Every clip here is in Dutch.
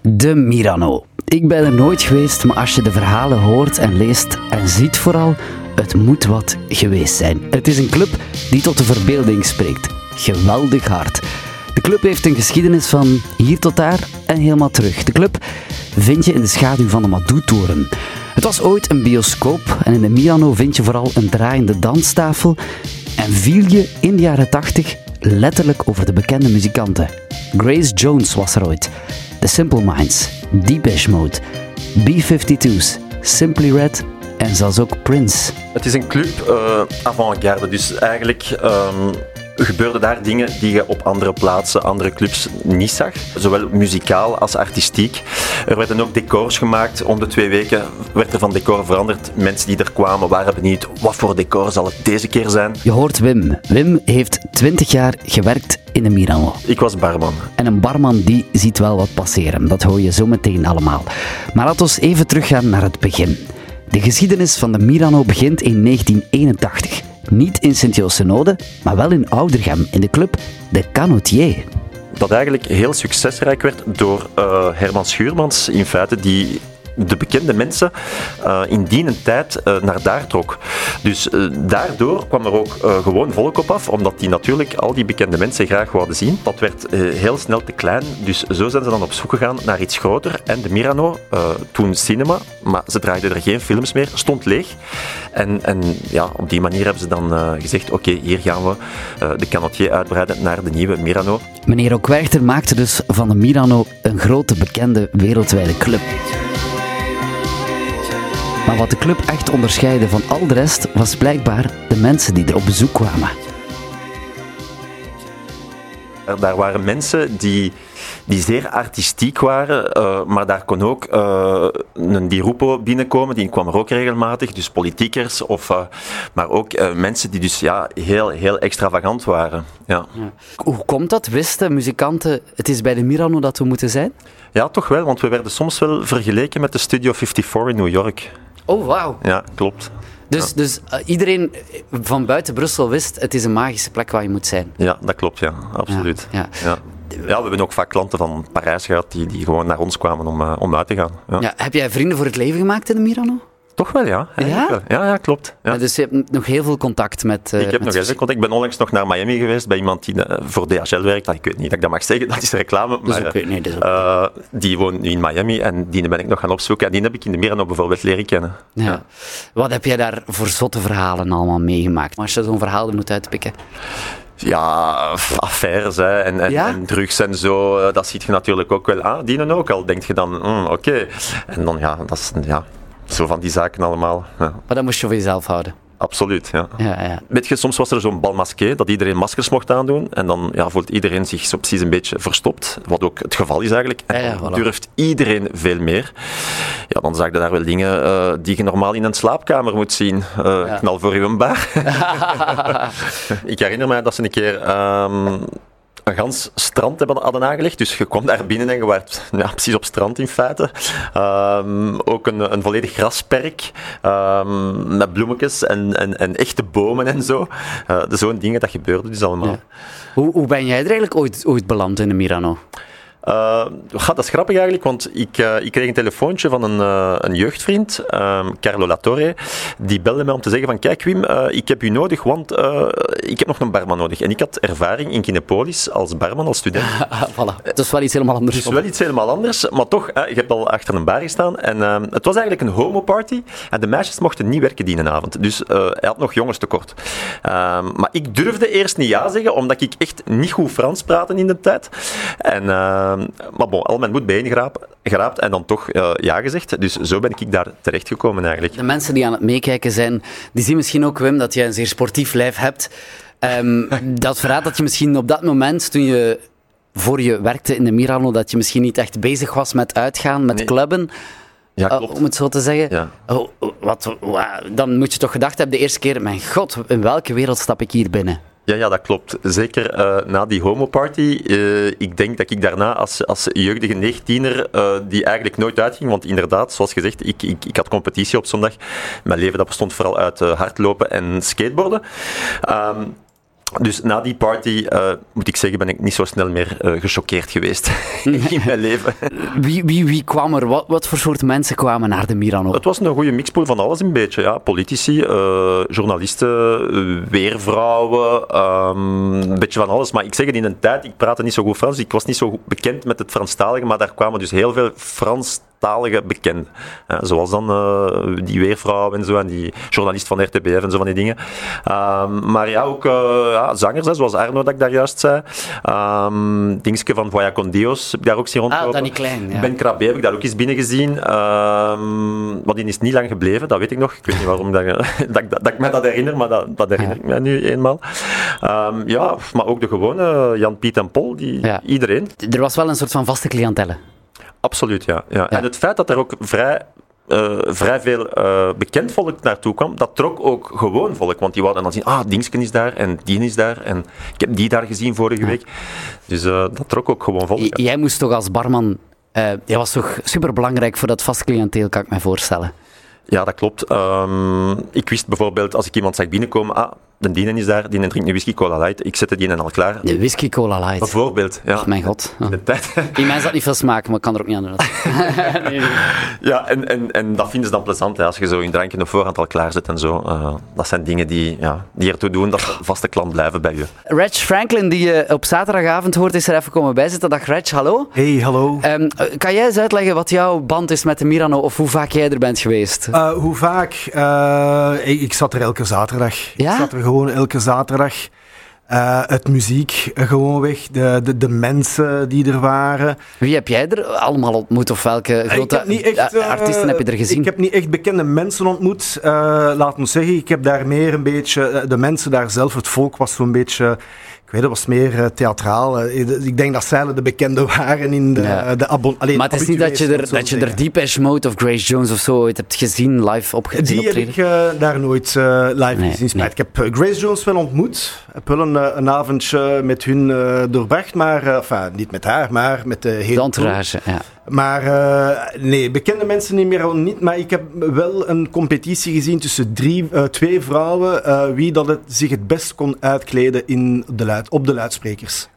De Myrano. Ik ben er nooit geweest, maar als je de verhalen hoort en leest en ziet vooral, het moet wat geweest zijn. Het is een club die tot de verbeelding spreekt. Geweldig hard. De club heeft een geschiedenis van hier tot daar en helemaal terug. De club vind je in de schaduw van de Madou-toren. Het was ooit een bioscoop en in de Myrano vind je vooral een draaiende danstafel en viel je in de jaren 80 letterlijk over de bekende muzikanten. Grace Jones was er ooit. The Simple Minds, Depeche Mode, B-52's, Simply Red en zelfs ook Prince. Het is een club avant-garde, dus eigenlijk gebeurden daar dingen die je op andere plaatsen, andere clubs niet zag. Zowel muzikaal als artistiek. Er werden ook decors gemaakt. Om de 2 weken werd er van decor veranderd. Mensen die er kwamen waren benieuwd, wat voor decor zal het deze keer zijn? Je hoort Wim. Wim heeft 20 jaar gewerkt in de Myrano. Ik was barman. En een barman die ziet wel wat passeren. Dat hoor je zo meteen allemaal. Maar laten we even teruggaan naar het begin. De geschiedenis van de Myrano begint in 1981. Niet in Sint-Joost-Synode, maar wel in Oudergem, in de club De Canotier. Dat eigenlijk heel succesrijk werd door Herman Schuurmans, in feite, die de bekende mensen in die tijd naar daar trok. Dus daardoor kwam er ook gewoon volk op af, omdat die natuurlijk al die bekende mensen graag wilden zien. Dat werd heel snel te klein, dus zo zijn ze dan op zoek gegaan naar iets groter. En de Myrano, toen cinema, maar ze draaiden er geen films meer, stond leeg. En ja, op die manier hebben ze dan gezegd, oké, hier gaan we de Canotier uitbreiden naar de nieuwe Myrano. Meneer Okwerchter maakte dus van de Myrano een grote bekende wereldwijde club. Maar wat de club echt onderscheidde van al de rest, was blijkbaar de mensen die er op bezoek kwamen. Daar waren mensen die zeer artistiek waren, maar daar kon ook een Di Rupo binnenkomen, die kwam er ook regelmatig, dus politiekers, maar ook mensen die dus heel extravagant waren. Ja. Ja. Hoe komt dat? Wisten muzikanten, het is bij de Myrano dat we moeten zijn? Ja, toch wel, want we werden soms wel vergeleken met de Studio 54 in New York. Oh, wauw. Ja, klopt. Dus iedereen van buiten Brussel wist, het is een magische plek waar je moet zijn. Ja, dat klopt, ja. Absoluut. Ja. We hebben ook vaak klanten van Parijs gehad die gewoon naar ons kwamen om uit te gaan. Ja. Ja, heb jij vrienden voor het leven gemaakt in de Myrano? Toch wel, ja. Ja? Ja, klopt. Ja. Dus je hebt nog heel veel contact met... Ik heb nog heel veel contact. Ik ben onlangs nog naar Miami geweest bij iemand die voor DHL werkt. Ik weet niet dat ik dat mag zeggen, dat is reclame. Maar die woont nu in Miami en die ben ik nog gaan opzoeken. En die heb ik in de Myrano bijvoorbeeld leren kennen. Ja. Wat heb jij daar voor zotte verhalen allemaal meegemaakt? Als je zo'n verhaal er moet uitpikken. Ja, affaires hè, en drugs en zo, dat ziet je natuurlijk ook wel. Dienen ook al, denk je dan, oké. En dan, dat is, zo van die zaken allemaal. Ja. Maar dat moest je voor jezelf houden. Absoluut, ja. Ja. Weet je, soms was er zo'n bal masqué, dat iedereen maskers mocht aandoen. En dan voelt iedereen zich zo precies een beetje verstopt. Wat ook het geval is eigenlijk. En dan durft iedereen veel meer. Ja, dan zag je daar wel dingen die je normaal in een slaapkamer moet zien. Knal voor je bar. Ik herinner me dat ze een keer... een gans strand hadden aangelegd. Dus je kwam daar binnen en je werd precies op strand in feite. Ook een volledig grasperk met bloemetjes en echte bomen en zo. Zo'n dingen, dat gebeurde dus allemaal. Ja. Hoe ben jij er eigenlijk ooit beland in de Myrano? Dat is grappig eigenlijk, want ik kreeg een telefoontje van een jeugdvriend, Carlo Latorre, die belde mij om te zeggen van kijk Wim, ik heb u nodig, want ik heb nog een barman nodig. En ik had ervaring in Kinepolis als barman, als student. Voilà. Het is wel iets helemaal anders. Het is wel iets helemaal anders, maar toch, je hebt al achter een bar gestaan. En het was eigenlijk een homoparty en de meisjes mochten niet werken die avond. Dus hij had nog jongens tekort. Maar ik durfde eerst niet ja zeggen, omdat ik echt niet goed Frans praatte in de tijd. Maar bon, al mijn moed bijeengeraapt en dan toch ja gezegd. Dus zo ben ik daar terechtgekomen eigenlijk. De mensen die aan het meekijken zijn, die zien misschien ook, Wim, dat jij een zeer sportief lijf hebt. Dat verraadt dat je misschien op dat moment, toen je voor je werkte in de Myrano, dat je misschien niet echt bezig was met uitgaan, met clubben. Ja, klopt. Om het zo te zeggen. Ja. Dan moet je toch gedacht hebben de eerste keer, mijn god, in welke wereld stap ik hier binnen? Ja, dat klopt. Zeker na die homoparty. Ik denk dat ik daarna als jeugdige 19er, die eigenlijk nooit uitging, want inderdaad, zoals gezegd, ik had competitie op zondag. Mijn leven dat bestond vooral uit hardlopen en skateboarden. Dus na die party, moet ik zeggen, ben ik niet zo snel meer gechoqueerd geweest in mijn leven. Wie kwam er? Wat voor soort mensen kwamen naar de Myrano? Het was een goede mixpool van alles een beetje. Ja. Politici, journalisten, weervrouwen, een beetje van alles. Maar ik zeg het, in een tijd, ik praatte niet zo goed Frans, ik was niet zo goed bekend met het Franstalige, maar daar kwamen dus heel veel Franstalige bekenden. Zoals dan die weervrouw en zo, en die journalist van RTBF en zo van die dingen. Maar ja, ook zangers, zoals Arno, dat ik daar juist zei. Dingske van Voya con Dios heb ik daar ook zien rondlopen. Danny Klein, ja. Ben Krabbe heb ik daar ook eens binnen gezien. Maar die is niet lang gebleven, dat weet ik nog. Ik weet niet waarom dat ik mij dat herinner, maar dat herinner ik mij nu eenmaal. Maar ook de gewone Jan, Piet en Paul, iedereen. Er was wel een soort van vaste cliëntele. Absoluut, ja. En het feit dat er ook vrij veel bekend volk naartoe kwam, dat trok ook gewoon volk. Want die wouden dan zien, Dingsken is daar en die is daar. En ik heb die daar gezien vorige week. Dus dat trok ook gewoon volk. Jij moest toch als barman... jij was toch superbelangrijk voor dat vast cliënteel, kan ik me voorstellen. Ja, dat klopt. Ik wist bijvoorbeeld, als ik iemand zag binnenkomen, de Dienen is daar, die drinkt een whisky cola light. Ik zette die al klaar. De whisky cola light. Bijvoorbeeld, ja. Oh, mijn god. In de tijd. Die mensen had niet veel smaak, maar ik kan er ook niet aan doen. Nee. Ja, en dat vinden ze dan plezant, hè, als je zo een drankje op voorhand al klaarzet en zo. Dat zijn dingen die ertoe doen dat ze vaste klant blijven bij je. Reg Franklin, die je op zaterdagavond hoort, is er even komen bijzitten. Dag Reg, hallo. Hey, hallo. Kan jij eens uitleggen wat jouw band is met de Myrano, of hoe vaak jij er bent geweest? Hoe vaak? Ik zat er elke zaterdag. Ja? Ik zat er gewoon elke zaterdag. Het muziek gewoon weg. De mensen die er waren. Wie heb jij er allemaal ontmoet? Of welke grote artiesten heb je er gezien? Ik heb niet echt bekende mensen ontmoet. Laat me zeggen, ik heb daar meer een beetje... De mensen daar zelf, het volk was zo'n beetje... Ik weet, dat was meer theatraal. Ik denk dat zij de bekenden waren in de abonnement. Maar het is niet dat je er Depeche Mode of Grace Jones of zo ooit hebt gezien, live optreden? Die heb ik daar nooit live gezien. Nee. Ik heb Grace Jones wel ontmoet. Ik heb wel een avondje met hun doorbracht. Maar, niet met haar, maar met de hele... De entourage, ja. Maar nee, bekende mensen niet. Maar ik heb wel een competitie gezien tussen twee vrouwen. Wie dat zich het best kon uitkleden op de luidsprekers.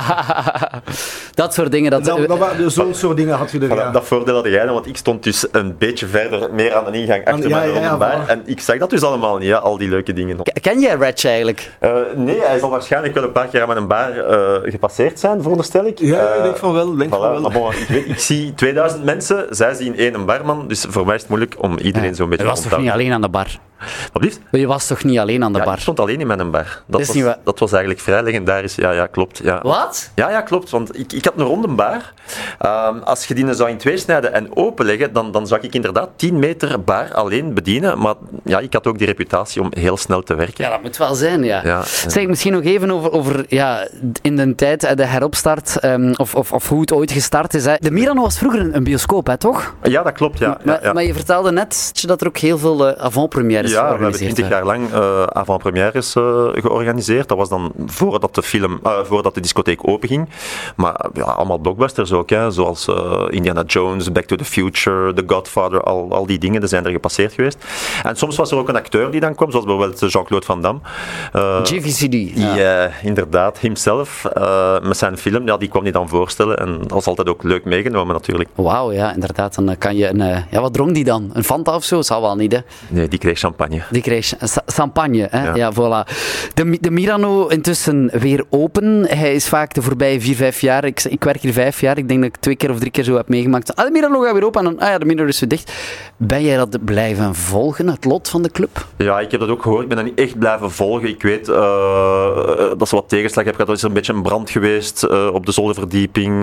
Dat soort dingen. Zo'n soort dingen had je er. Ja. Dat voordeel had jij dan, want ik stond dus een beetje verder, meer aan de ingang achter mij rond de bar. En ik zag dat dus allemaal niet, al die leuke dingen. Ken jij Reg eigenlijk? Nee, hij zal waarschijnlijk wel een paar keer aan mijn bar gepasseerd zijn, veronderstel ik. Ja, ik denk van wel. Maar bon, ik zie 2000 mensen, zij zien één barman, dus voor mij is het moeilijk om iedereen zo'n beetje te onthouden. Je was toch niet alleen aan de bar? Wat blieft? Je was toch niet alleen aan de bar? Ik stond alleen in mijn bar. Dat was eigenlijk vrij legendarisch. Ja, klopt. Ja. Wat? Ja, klopt. Want ik had een ronde bar. Als je die zou in twee snijden en openleggen, dan zou ik inderdaad 10 meter bar alleen bedienen. Maar ja, ik had ook die reputatie om heel snel te werken. Ja, dat moet wel zijn, ja. Zeg, misschien nog even over in de tijd, de heropstart, of hoe het ooit gestart is. Hè. De Myrano was vroeger een bioscoop, hè, toch? Ja, dat klopt, ja. Maar je vertelde net dat er ook heel veel avant-premières we hebben 20 jaar lang avant-premières georganiseerd. Dat was dan voordat de discotheek openging. Maar allemaal blockbusters ook, hè, zoals Indiana Jones, Back to the Future, The Godfather, al die dingen, die zijn er gepasseerd geweest. En soms was er ook een acteur die dan kwam, zoals bijvoorbeeld Jean-Claude Van Damme. JVCD. Ja, inderdaad, himself, met zijn film, die kwam hij dan voorstellen. En dat was altijd ook leuk meegenomen natuurlijk. Wauw, ja, inderdaad. Dan kan je wat dronk die dan? Een Fanta of zo? Zal wel niet, hè? Nee, die kreeg champagne. Die kreeg champagne, hè? Ja, voilà. De Myrano intussen weer open. Hij is vaak de voorbije 4-5 jaar. Ik werk hier 5 jaar. Ik denk dat ik 2 keer of 3 keer zo heb meegemaakt. De Myrano gaat weer open. En dan, de Myrano is weer dicht. Ben jij dat blijven volgen, het lot van de club? Ja, ik heb dat ook gehoord. Ik ben dat niet echt blijven volgen. Ik weet dat ze wat tegenslag hebben gehad. Er is een beetje een brand geweest op de zolderverdieping.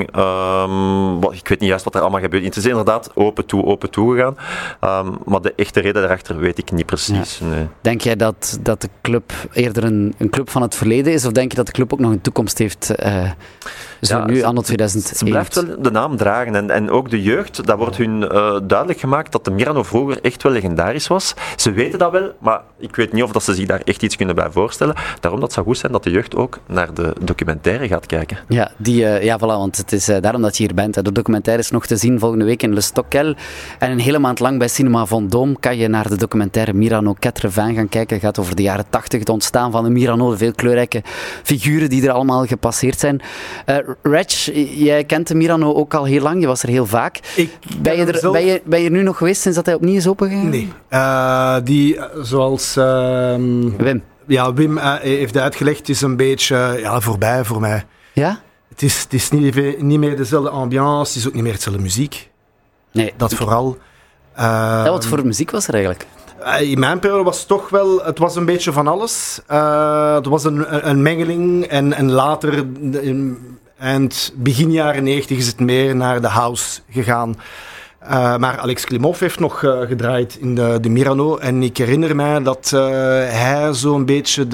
Ik weet niet juist wat er allemaal gebeurt. Het is inderdaad open toe gegaan. Maar de echte reden daarachter weet ik niet precies. Ja. Nee. Denk jij dat de club eerder een club van het verleden is? Of denk je dat de club ook nog een toekomst heeft? Zo nu, anno 2001. Ze blijft wel de naam dragen. En ook de jeugd, dat wordt hun duidelijk gemaakt dat de Myrano vroeger echt wel legendarisch was. Ze weten dat wel, maar ik weet niet of dat ze zich daar echt iets kunnen bij voorstellen. Daarom dat het zou goed zijn dat de jeugd ook naar de documentaire gaat kijken. Ja, voilà, want het is daarom dat je hier bent. De documentaire is nog te zien volgende week in Le Stockel. En een hele maand lang bij Cinema Vendôme kan je naar de documentaire Myrano 80 gaan kijken. Het gaat over de jaren 80, het ontstaan van de Myrano, de veel kleurrijke figuren die er allemaal gepasseerd zijn. Reg, jij kent de Myrano ook al heel lang, je was er heel vaak. Ben je er nu nog geweest sinds dat hij opnieuw is opengegaan? Nee. Zoals Wim. Ja, Wim heeft uitgelegd, is een beetje voorbij voor mij. Ja? Het is niet meer dezelfde ambiance, het is ook niet meer dezelfde muziek. Nee. Dat vooral. Wat voor muziek was er eigenlijk? In mijn periode was het toch wel... Het was een beetje van alles. Het was een mengeling en later... begin jaren 90 is het meer naar de house gegaan. Maar Alex Klimov heeft nog gedraaid in de Myrano. En ik herinner mij dat hij zo'n beetje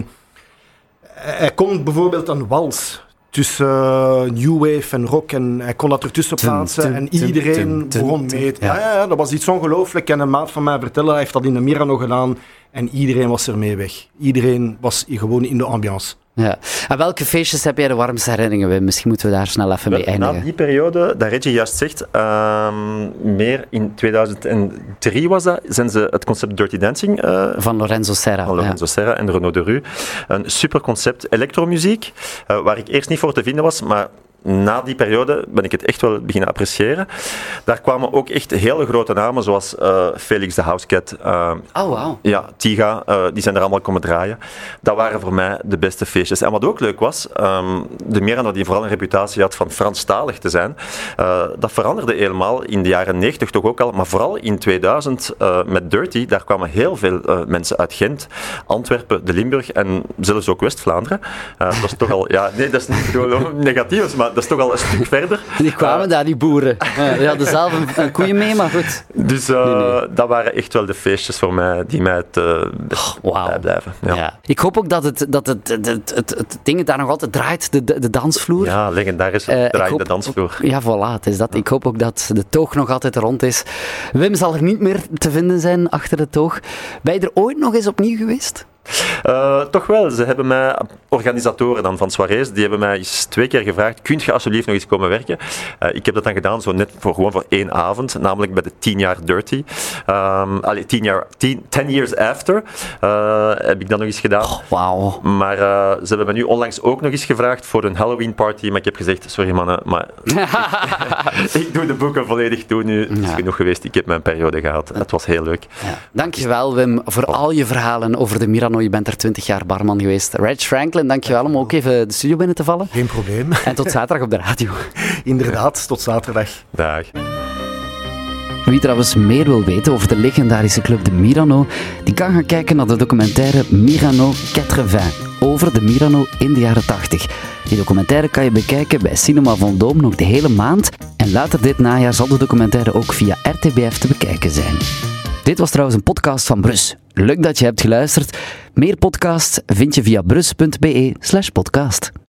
hij kon bijvoorbeeld een wals tussen new wave en rock en hij kon dat ertussen plaatsen en iedereen begon mee. Ja, dat was iets ongelooflijk en een maat van mij vertelde, hij heeft dat in de Myrano gedaan en iedereen was ermee weg. Iedereen was gewoon in de ambiance. Ja. En welke feestjes heb jij de warmste herinneringen, Wim? Misschien moeten we daar snel even mee eindigen. Na die periode, dat Reggie juist zegt, meer in 2003 was dat, zijn ze het concept Dirty Dancing... van Lorenzo Serra. Van Lorenzo Serra en Renaud de Rue. Een super concept elektromuziek, waar ik eerst niet voor te vinden was, maar... Na die periode ben ik het echt wel beginnen appreciëren. Daar kwamen ook echt hele grote namen, zoals Felix de Housecat. Wow. Ja, Tiga, die zijn er allemaal komen draaien. Dat waren voor mij de beste feestjes. En wat ook leuk was, de Myrano die vooral een reputatie had van Franstalig te zijn, dat veranderde helemaal in de jaren 90 toch ook al, maar vooral in 2000 met Dirty, daar kwamen heel veel mensen uit Gent, Antwerpen, de Limburg en zelfs ook West-Vlaanderen. Dat is toch al, dat is niet gewoon negatief, maar dat is toch al een stuk verder. Die kwamen daar, die boeren. Die hadden zelf een koeien mee, maar goed. Dus dat waren echt wel de feestjes voor mij, die mij het bijblijven. Ja. Ik hoop ook dat het ding daar nog altijd draait, de dansvloer. Ja, legendarisch draait de dansvloer. Ja, voilà, het is dat. Ik hoop ook dat de toog nog altijd rond is. Wim zal er niet meer te vinden zijn achter de toog. Ben je er ooit nog eens opnieuw geweest? Toch wel. Ze hebben mij, organisatoren dan van soirées, die hebben mij eens 2 keer gevraagd, kunt je alsjeblieft nog eens komen werken? Ik heb dat dan gedaan, gewoon voor 1 avond, namelijk bij de 10 jaar Dirty. 10 years after heb ik dat nog eens gedaan. Wauw. Maar ze hebben me nu onlangs ook nog eens gevraagd voor een Halloween party, maar ik heb gezegd, sorry mannen, maar ik doe de boeken volledig toe nu. Het is genoeg geweest, ik heb mijn periode gehad. Het was heel leuk. Ja. Dankjewel Wim, voor al je verhalen over de Myrano. Je bent er 20 jaar barman geweest. Reg Franklin, dankjewel om ook even de studio binnen te vallen. Geen probleem. En tot zaterdag op de radio. Inderdaad, tot zaterdag. Dag. Wie trouwens meer wil weten over de legendarische club de Myrano, die kan gaan kijken naar de documentaire Myrano 80 over de Myrano in de jaren 80. Die documentaire kan je bekijken bij Cinema Vendôme nog de hele maand. En later dit najaar zal de documentaire ook via RTBF te bekijken zijn. Dit was trouwens een podcast van Brus. Leuk dat je hebt geluisterd. Meer podcasts vind je via brus.be/podcast.